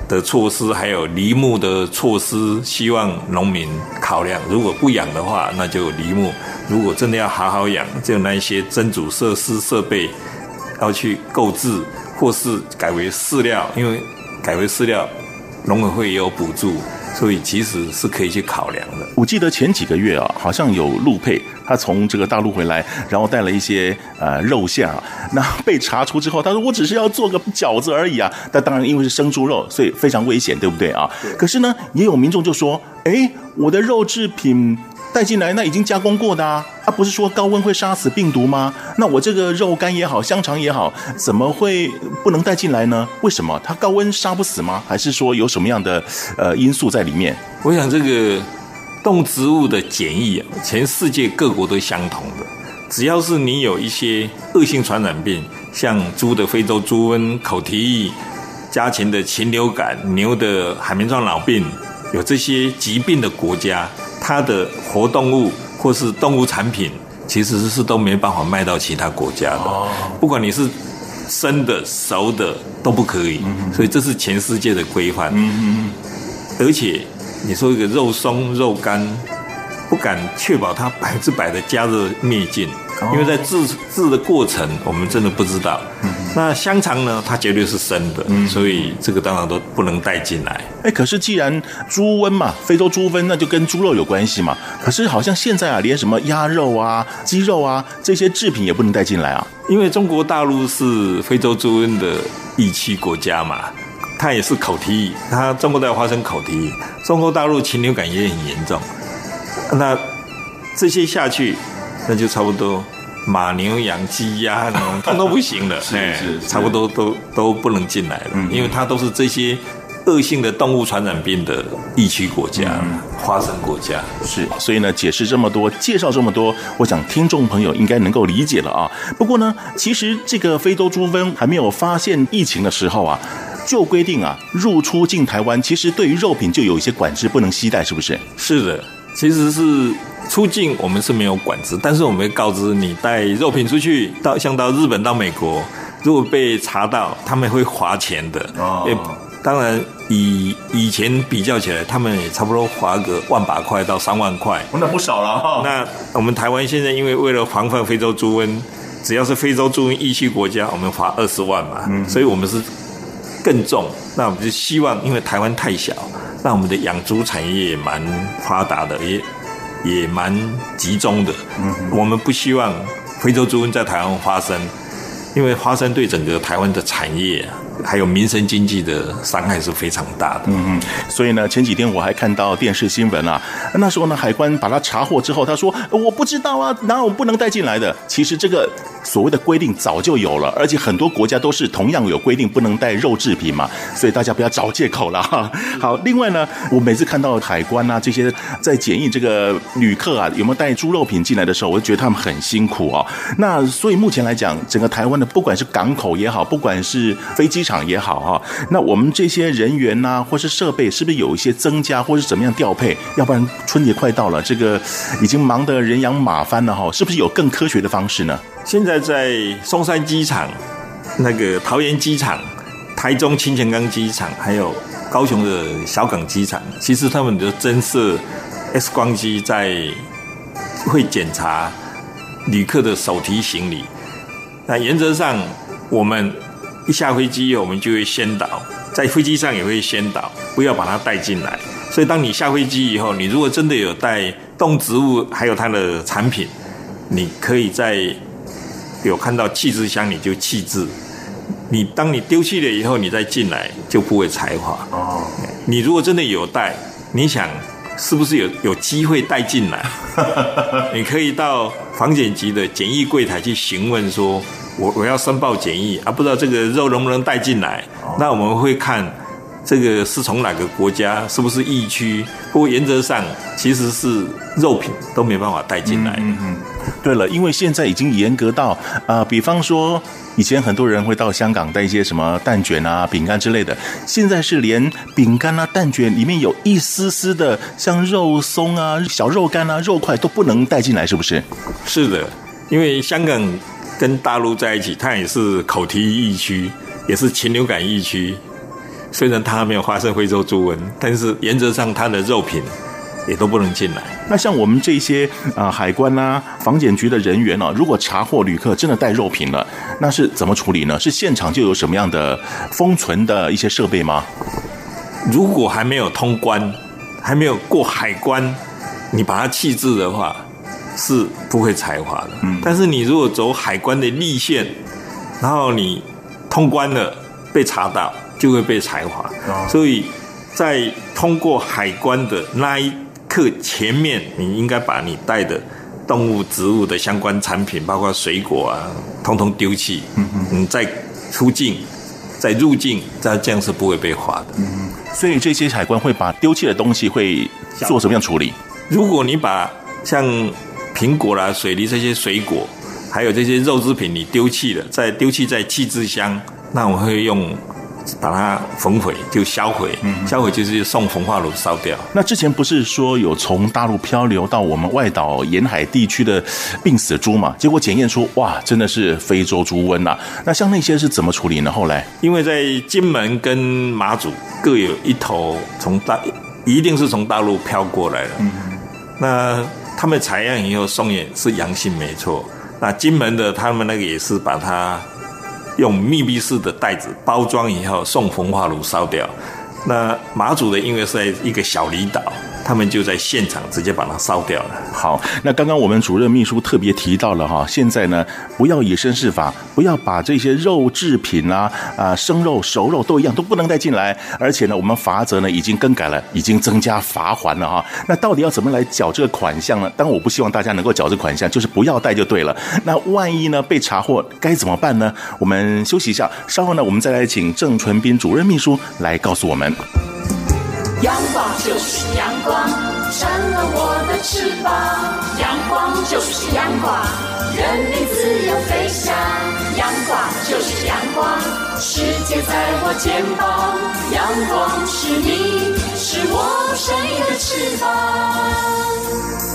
的措施，还有离牧的措施，希望农民考量，如果不养的话，那就离牧；如果真的要好好养，就那一些增组设施设备要去购置，或是改为饲料，因为改为饲料，农委会也有补助。所以其实是可以去考量的。 我记得前几个月啊，好像有陆配他从这个大陆回来，然后带了一些呃肉馅啊，那被查出之后，他说我只是要做个饺子而已啊。但当然因为是生猪肉，所以非常危险，对不对啊？可是呢，也有民众就说，哎，我的肉制品带进来，那已经加工过的啊，啊，不是说高温会杀死病毒吗？那我这个肉干也好，香肠也好，怎么会不能带进来呢？为什么？它高温杀不死吗？还是说有什么样的呃因素在里面？ 我想这个动植物的检疫啊，全世界各国都相同的，只要是你有一些恶性传染病，像猪的非洲猪瘟、口蹄疫、家禽的禽流感、牛的海绵状脑病，有这些疾病的国家，它的活动物或是动物产品其实是都没办法卖到其他国家的，哦、不管你是生的熟的都不可以，嗯、所以这是全世界的规范。嗯、而且你说一个肉松肉干，不敢确保它百分之百的加热灭尽，哦、因为在制制的过程我们真的不知道。嗯、那香肠呢，它绝对是生的，嗯、所以这个当然都不能带进来。 哎，可是既然猪瘟嘛，非洲猪瘟那就跟猪肉有关系嘛。可是好像现在啊，连什么鸭肉啊、鸡肉啊这些制品也不能带进来啊。 因为中国大陆是非洲猪瘟的疫区国家嘛，它也是口蹄疫，它中国大陆发生口蹄疫，中国大陆禽流感也很严重。那这些下去，那就差不多马牛羊鸡鸭那种通通不行了， 是是是， 差不多都都不能进来了，嗯、因为它都是这些恶性的动物传染病的疫区国家、嗯、发生国家。 是，所以呢，解释这么多，介绍这么多，我想听众朋友应该能够理解了啊。不过呢，其实这个非洲猪瘟还没有发现疫情的时候啊，就规定啊，入出境台湾，其实对于肉品就有一些管制，不能携带，是不是？ 是的，其实是出境我们是没有管制，但是我们会告知你带肉品出去，到像到日本、到美国，如果被查到，他们会罚钱的。哦，当然以以前比较起来，他们也差不多罚个万把块到三万块， 那不少了哈。 那我们台湾现在因为为了防范非洲猪瘟，只要是非洲猪瘟疫区国家，我们罚二十万嘛，嗯、所以我们是更重。那我们就希望，因为台湾太小，那我们的养猪产业也蛮发达的，也也蛮集中的。嗯、我们不希望非洲猪瘟在台湾发生，因为发生对整个台湾的产业啊，还有民生经济的伤害是非常大的。 嗯嗯，所以呢，前几天我还看到电视新闻啊，那时候呢，海关把它查获之后，他说我不知道啊，哪有不能带进来的？其实这个所谓的规定早就有了，而且很多国家都是同样有规定不能带肉制品嘛，所以大家不要找借口了哈。好，另外呢，我每次看到海关啊这些在检疫这个旅客啊有没有带猪肉品进来的时候，我就觉得他们很辛苦哦。那所以目前来讲，整个台湾的不管是港口也好，不管是飞机场也好哈，那我们这些人员呐、啊，或是设备，是不是有一些增加，或是怎么样调配？要不然春节快到了，这个已经忙得人仰马翻了哈，是不是有更科学的方式呢？ 现在在松山机场、那个桃园机场、台中清泉岗机场，还有高雄的小港机场，其实他们都增设 X 光机，在会检查旅客的手提行李。那原则上，我们一下飞机以后，我们就会先导，在飞机上也会先导，不要把它带进来。所以，当你下飞机以后，你如果真的有带动植物还有它的产品，你可以在有看到弃置箱，你就弃置。你当你丢弃了以后，你再进来就不会裁罚。哦，你如果真的有带，你想是不是有有机会带进来？你可以到防检局的检疫柜台去询问说，我我要申报检疫啊，不知道这个肉能不能带进来？哦、那我们会看这个是从哪个国家，是不是疫区？不过原则上其实是肉品都没办法带进来。嗯嗯。 对了，因为现在已经严格到啊、呃，比方说以前很多人会到香港带一些什么蛋卷啊、饼干之类的，现在是连饼干啊、蛋卷里面有一丝丝的像肉松啊、小肉干啊、肉块都不能带进来，是不是？ 是的，因为香港跟大陆在一起，它也是口蹄疫区，也是禽流感疫区， 虽然它没有发生非洲猪瘟，但是原则上它的肉品也都不能进来。 那像我们这些啊、呃、海关啊、防检局的人员呢、啊，如果查获旅客真的带肉品了，那是怎么处理呢？是现场就有什么样的封存的一些设备吗？ 如果还没有通关，还没有过海关，你把它弃置的话，是不会裁罚的。嗯，但是你如果走海关的立线，然后你通关了被查到，就会被裁罚。哦、所以在通过海关的那一刻前面，你应该把你带的动物、植物的相关产品，包括水果啊，通通丢弃。嗯嗯，你再出境、再入境，这样是不会被罚的。 嗯，所以这些海关会把丢弃的东西会做什么样处理？ 如果你把像苹果啦、水梨这些水果，还有这些肉制品，你丢弃了，再丢弃在弃置箱，那我会用。把它焚毁，就销毁，嗯、销毁就是送焚化炉烧掉。 那之前不是说有从大陆漂流到我们外岛沿海地区的病死猪嘛？结果检验出，哇，真的是非洲猪瘟啊！那像那些是怎么处理呢？后来， 因为在金门跟马祖各有一头从大，一定是从大陆飘过来的。嗯、那他们采样以后送验是阳性没错。那金门的他们那个也是把它。用密闭式的袋子包装以后送焚化炉烧掉。那马祖的因为是在一个小离岛，他们就在现场直接把它烧掉了。 好，那刚刚我们主任秘书特别提到了哈，现在呢不要以身试法，不要把这些肉制品啊、啊、呃、生肉、熟肉都一样都不能带进来，而且呢我们罚则呢已经更改了，已经增加罚锾了哈。那到底要怎么来缴这个款项呢？当然我不希望大家能够缴这个款项，就是不要带就对了。那万一呢被查获该怎么办呢？我们休息一下，稍后呢我们再来请郑纯彬主任秘书来告诉我们。 阳光就是阳光，扇了我的翅膀。阳光就是阳光，人民自由飞翔。阳光就是阳光，世界在我肩膀。阳光是你，是我生命的翅膀。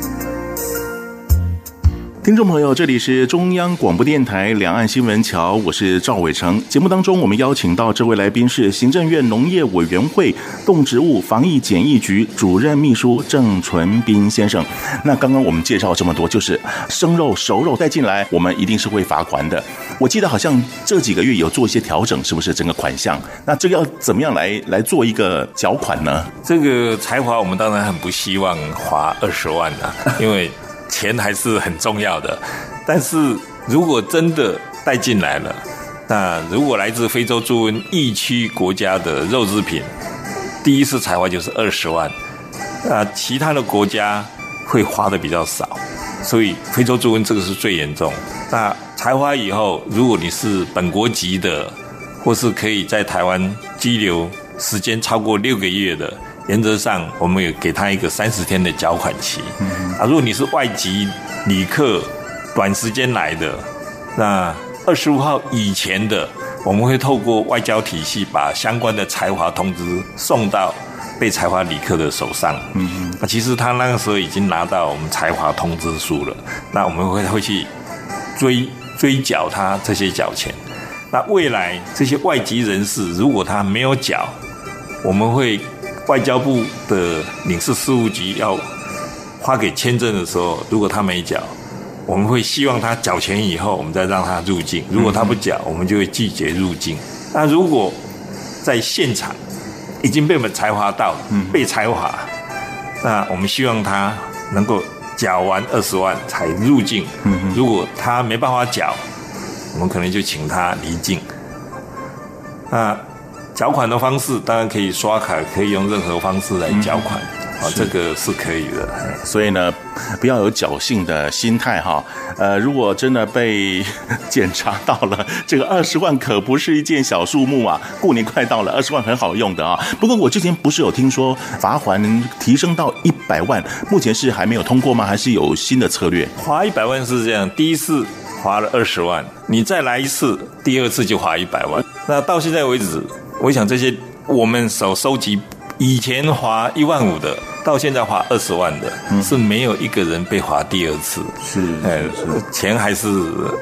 听众朋友，这里是中央广播电台两岸新闻桥，我是赵伟成。节目当中，我们邀请到这位来宾是行政院农业委员会动植物防疫检疫局主任秘书郑纯彬先生。那刚刚我们介绍这么多，就是生肉、熟肉带进来，我们一定是会罚款的。我记得好像这几个月有做一些调整，是不是整个款项？那这个要怎么样来来做一个缴款呢？ 这个裁罚我们当然很不希望罚二十万啊，因为钱还是很重要的，但是如果真的带进来了，那如果来自非洲猪瘟疫区国家的肉制品，第一次裁罚就是二十万，那其他的国家会花的比较少，所以非洲猪瘟这个是最严重。那裁罚以后，如果你是本国籍的，或是可以在台湾居留时间超过六个月的，原则上我们有给他一个三十天的缴款期。嗯、啊，如果你是外籍旅客，短时间来的，那二十五号以前的，我们会透过外交体系把相关的裁罚通知送到被裁罚旅客的手上。嗯，啊，其实他那个时候已经拿到我们裁罚通知书了，那我们会会去追追缴他这些缴钱。那未来这些外籍人士，如果他没有缴，我们会外交部的领事事务局要发给签证的时候，如果他没缴，我们会希望他缴钱以后，我们再让他入境。如果他不缴，我们就会拒绝入境。那如果在现场已经被我们裁罚到，被裁罚，那我们希望他能够缴完二十万才入境。如果他没办法缴，我们可能就请他离境。那缴款的方式当然可以刷卡，可以用任何方式来缴款。嗯，这个是可以的。 所以呢，不要有侥幸的心态哈。呃，如果真的被检查到了，这个二十万可不是一件小数目啊。过年快到了，二十万很好用的啊。不过我之前不是有听说罚锾提升到一百万，目前是还没有通过吗？还是有新的策略？ 罚一百万是这样，第一次罚了二十万，你再来一次，第二次就罚一百万。那到现在为止，我想这些我们所收集。以前罚一万五的，到现在罚二十万的，嗯，是没有一个人被罚第二次。 是， 哎，钱还是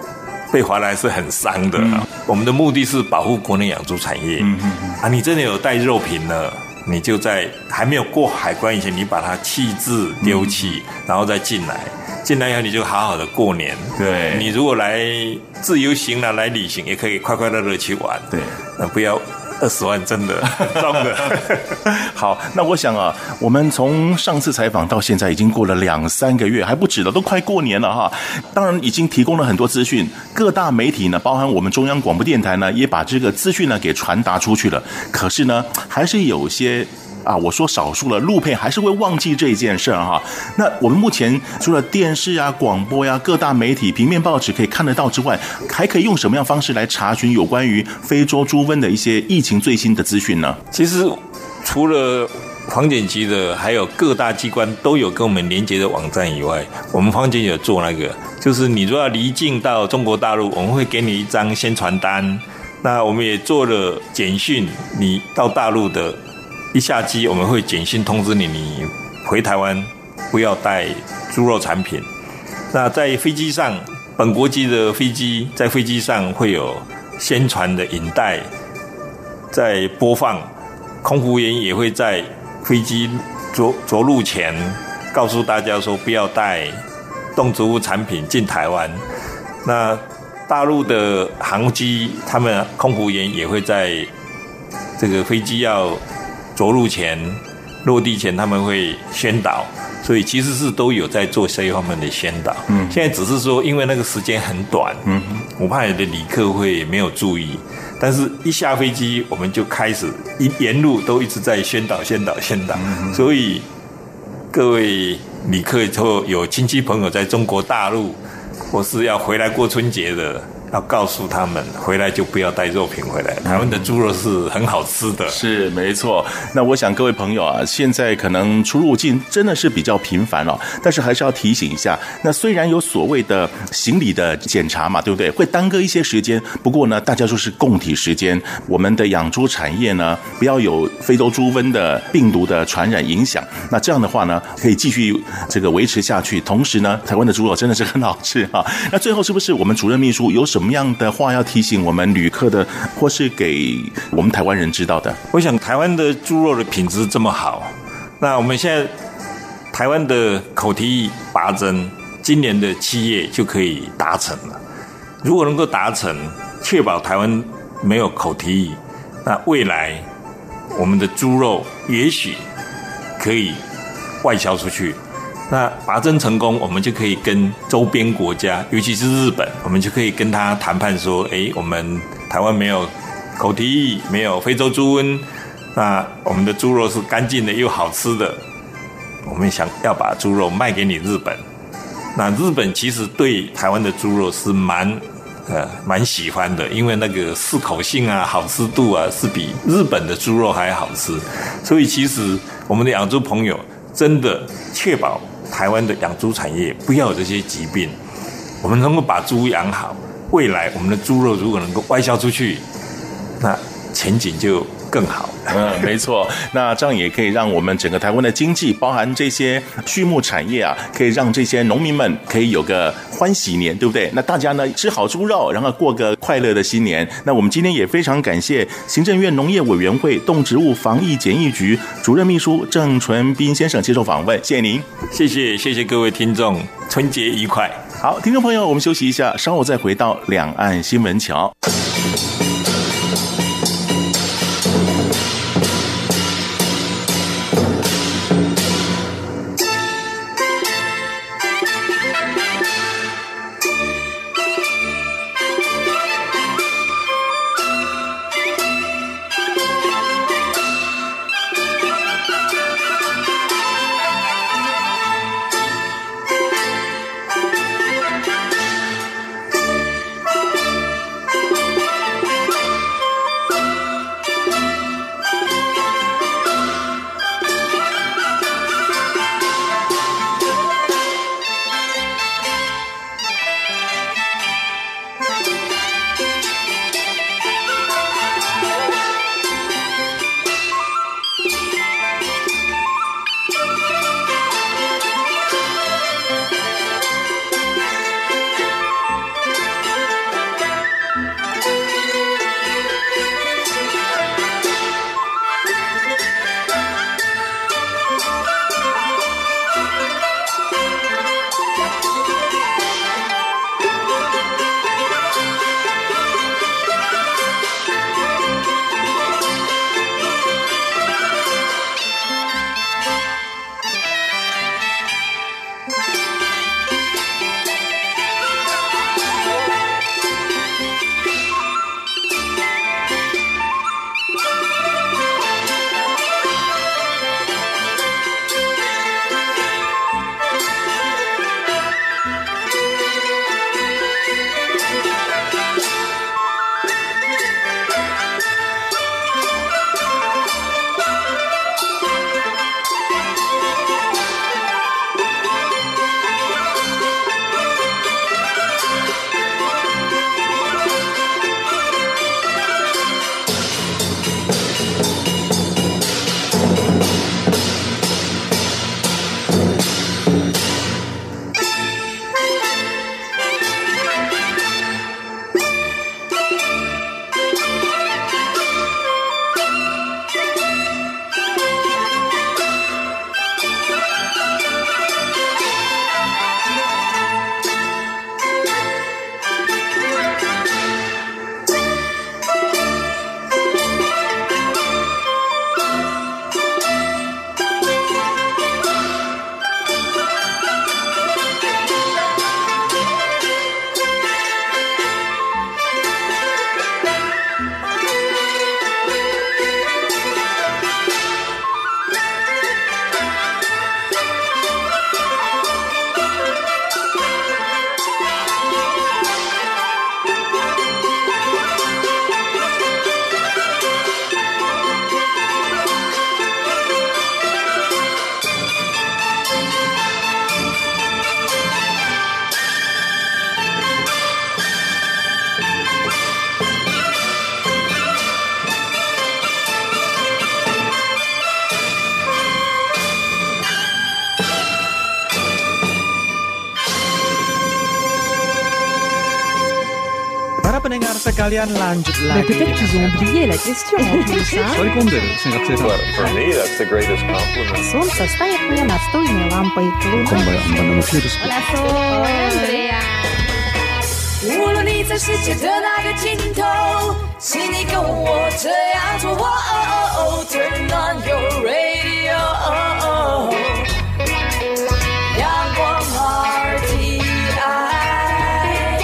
被划来是很伤的、啊嗯。我们的目的是保护国内养猪产业。嗯嗯嗯啊，你真的有带肉品了，你就在还没有过海关以前，你把它弃置丢弃、嗯，然后再进来。进来以后你就好好的过年。 对， 你如果来自由行了，来旅行也可以快快乐乐去玩。 对， 那不要。二十万真的重的。 好，那我想啊，我们从上次采访到现在已经过了两三个月，还不止了，都快过年了哈。当然已经提供了很多资讯，各大媒体呢，包含我们中央广播电台呢，也把这个资讯呢给传达出去了。可是呢，还是有些。啊，我说少数了，陆配还是会忘记这件事儿哈。那我们目前除了电视啊、广播呀、啊、各大媒体、平面报纸可以看得到之外，还可以用什么样方式来查询有关于非洲猪瘟的一些疫情最新的资讯呢？ 其实除了防检局的，还有各大机关都有跟我们连结的网站以外，我们防检有做那个，就是你如果要离境到中国大陆，我们会给你一张宣传单。那我们也做了简讯，你到大陆的。一下机我们会简讯通知你，你回台湾不要带猪肉产品。那在飞机上，本国机的飞机在飞机上会有宣传的影带在播放，空服员也会在飞机着着陆前告诉大家说不要带动植物产品进台湾。那大陆的航机，他们空服员也会在这个飞机要着陆前、落地前，他们会宣导，所以其实是都有在做这一方面的宣导。嗯，现在只是说，因为那个时间很短，嗯，我怕有的旅客会没有注意，但是一下飞机，我们就开始一沿路都一直在宣导、宣导、宣导，嗯、所以各位旅客或有亲戚朋友在中国大陆，或是要回来过春节的。要告诉他们，回来就不要带肉品回来。台湾的猪肉是很好吃的， 是没错。那我想各位朋友啊，现在可能出入境真的是比较频繁了，但是还是要提醒一下。那虽然有所谓的行李的检查嘛，对不对？会耽搁一些时间，不过呢，大家就是共体时间。我们的养猪产业呢，不要有非洲猪瘟的病毒的传染影响。那这样的话呢，可以继续这个维持下去。同时呢，台湾的猪肉真的是很好吃哈。那最后是不是我们主任秘书有什么什么样的话要提醒我们旅客的，或是给我们台湾人知道的？ 我想台湾的猪肉的品质这么好，那我们现在台湾的口蹄疫拔针，今年的七月就可以达成了。如果能够达成，确保台湾没有口蹄疫，那未来我们的猪肉也许可以外销出去。那拔针成功，我们就可以跟周边国家，尤其是日本，我们就可以跟他谈判说，哎，我们台湾没有口蹄疫，没有非洲猪瘟，那我们的猪肉是干净的又好吃的，我们想要把猪肉卖给你日本。那日本其实对台湾的猪肉是蛮呃蛮喜欢的，因为那个适口性啊、好吃度啊，是比日本的猪肉还好吃。所以其实我们的养猪朋友真的确保台湾的养猪产业不要有这些疾病，我们能够把猪养好，未来我们的猪肉如果能够外销出去，那前景就更好。 嗯，没错。那这样也可以让我们整个台湾的经济，包含这些畜牧产业啊，可以让这些农民们可以有个欢喜年，对不对？那大家呢吃好猪肉，然后过个快乐的新年。那我们今天也非常感谢行政院农业委员会动植物防疫检疫局主任秘书郑纯彬先生接受访问，谢谢您。 谢谢，谢谢各位听众，春节愉快。 好，听众朋友，我们休息一下，稍后再回到两岸新闻桥。 sekalian lanjut Mais lagi. peut-être qu'ils ont oublié la question en plus, hein? Sorry singkat cerita. But for me, that's the greatest compliment. Солнце стоит мне настольной лампой. Kombaja amba nama firusko. Andrea. 无论你在世界的哪个尽头，请你跟我这样做。哦哦哦 Turn on your radio。阳光 R T I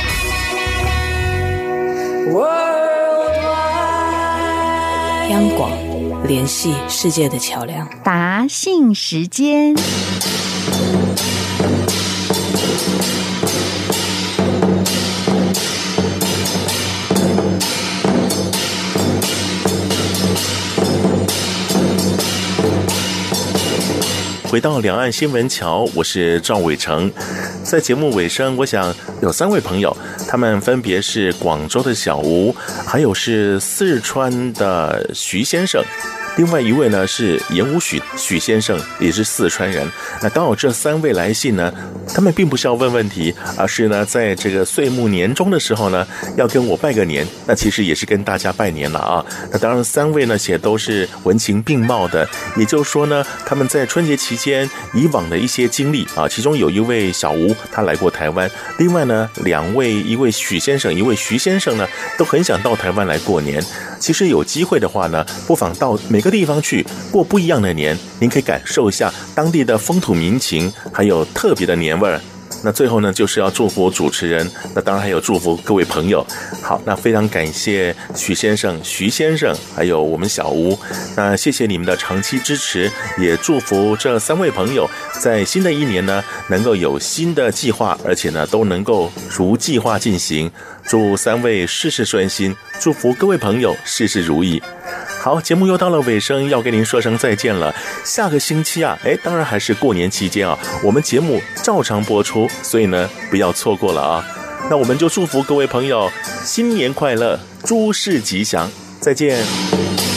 Worldwide。 央广，联系世界的桥梁。 答信时间。 回到两岸新闻桥，我是赵伟成。在节目尾声，我想有三位朋友，他们分别是广州的小吴，还有是四川的徐先生，另外一位呢是盐武许许先生，也是四川人。那刚好这三位来信呢，他们并不是要问问题，而是呢在这个岁末年终的时候呢，要跟我拜个年。那其实也是跟大家拜年了啊。那当然三位呢也都是文情并茂的，也就是说呢，他们在春节期间以往的一些经历啊，其中有一位小吴他来过台湾，另外呢两位，一位许先生，一位徐先生呢，都很想到台湾来过年。其实有机会的话呢，不妨到每个地方去过不一样的年，您可以感受一下当地的风土民情，还有特别的年味儿。那最后呢，就是要祝福主持人，那当然还有祝福各位朋友。好，那非常感谢许先生、徐先生，还有我们小吴。那谢谢你们的长期支持，也祝福这三位朋友在新的一年呢，能够有新的计划，而且呢，都能够如计划进行。祝三位事事顺心，祝福各位朋友事事如意。好，节目又到了尾声，要跟您说声再见了。下个星期啊，哎，当然还是过年期间啊，我们节目照常播出，所以呢，不要错过了啊。那我们就祝福各位朋友新年快乐，诸事吉祥，再见。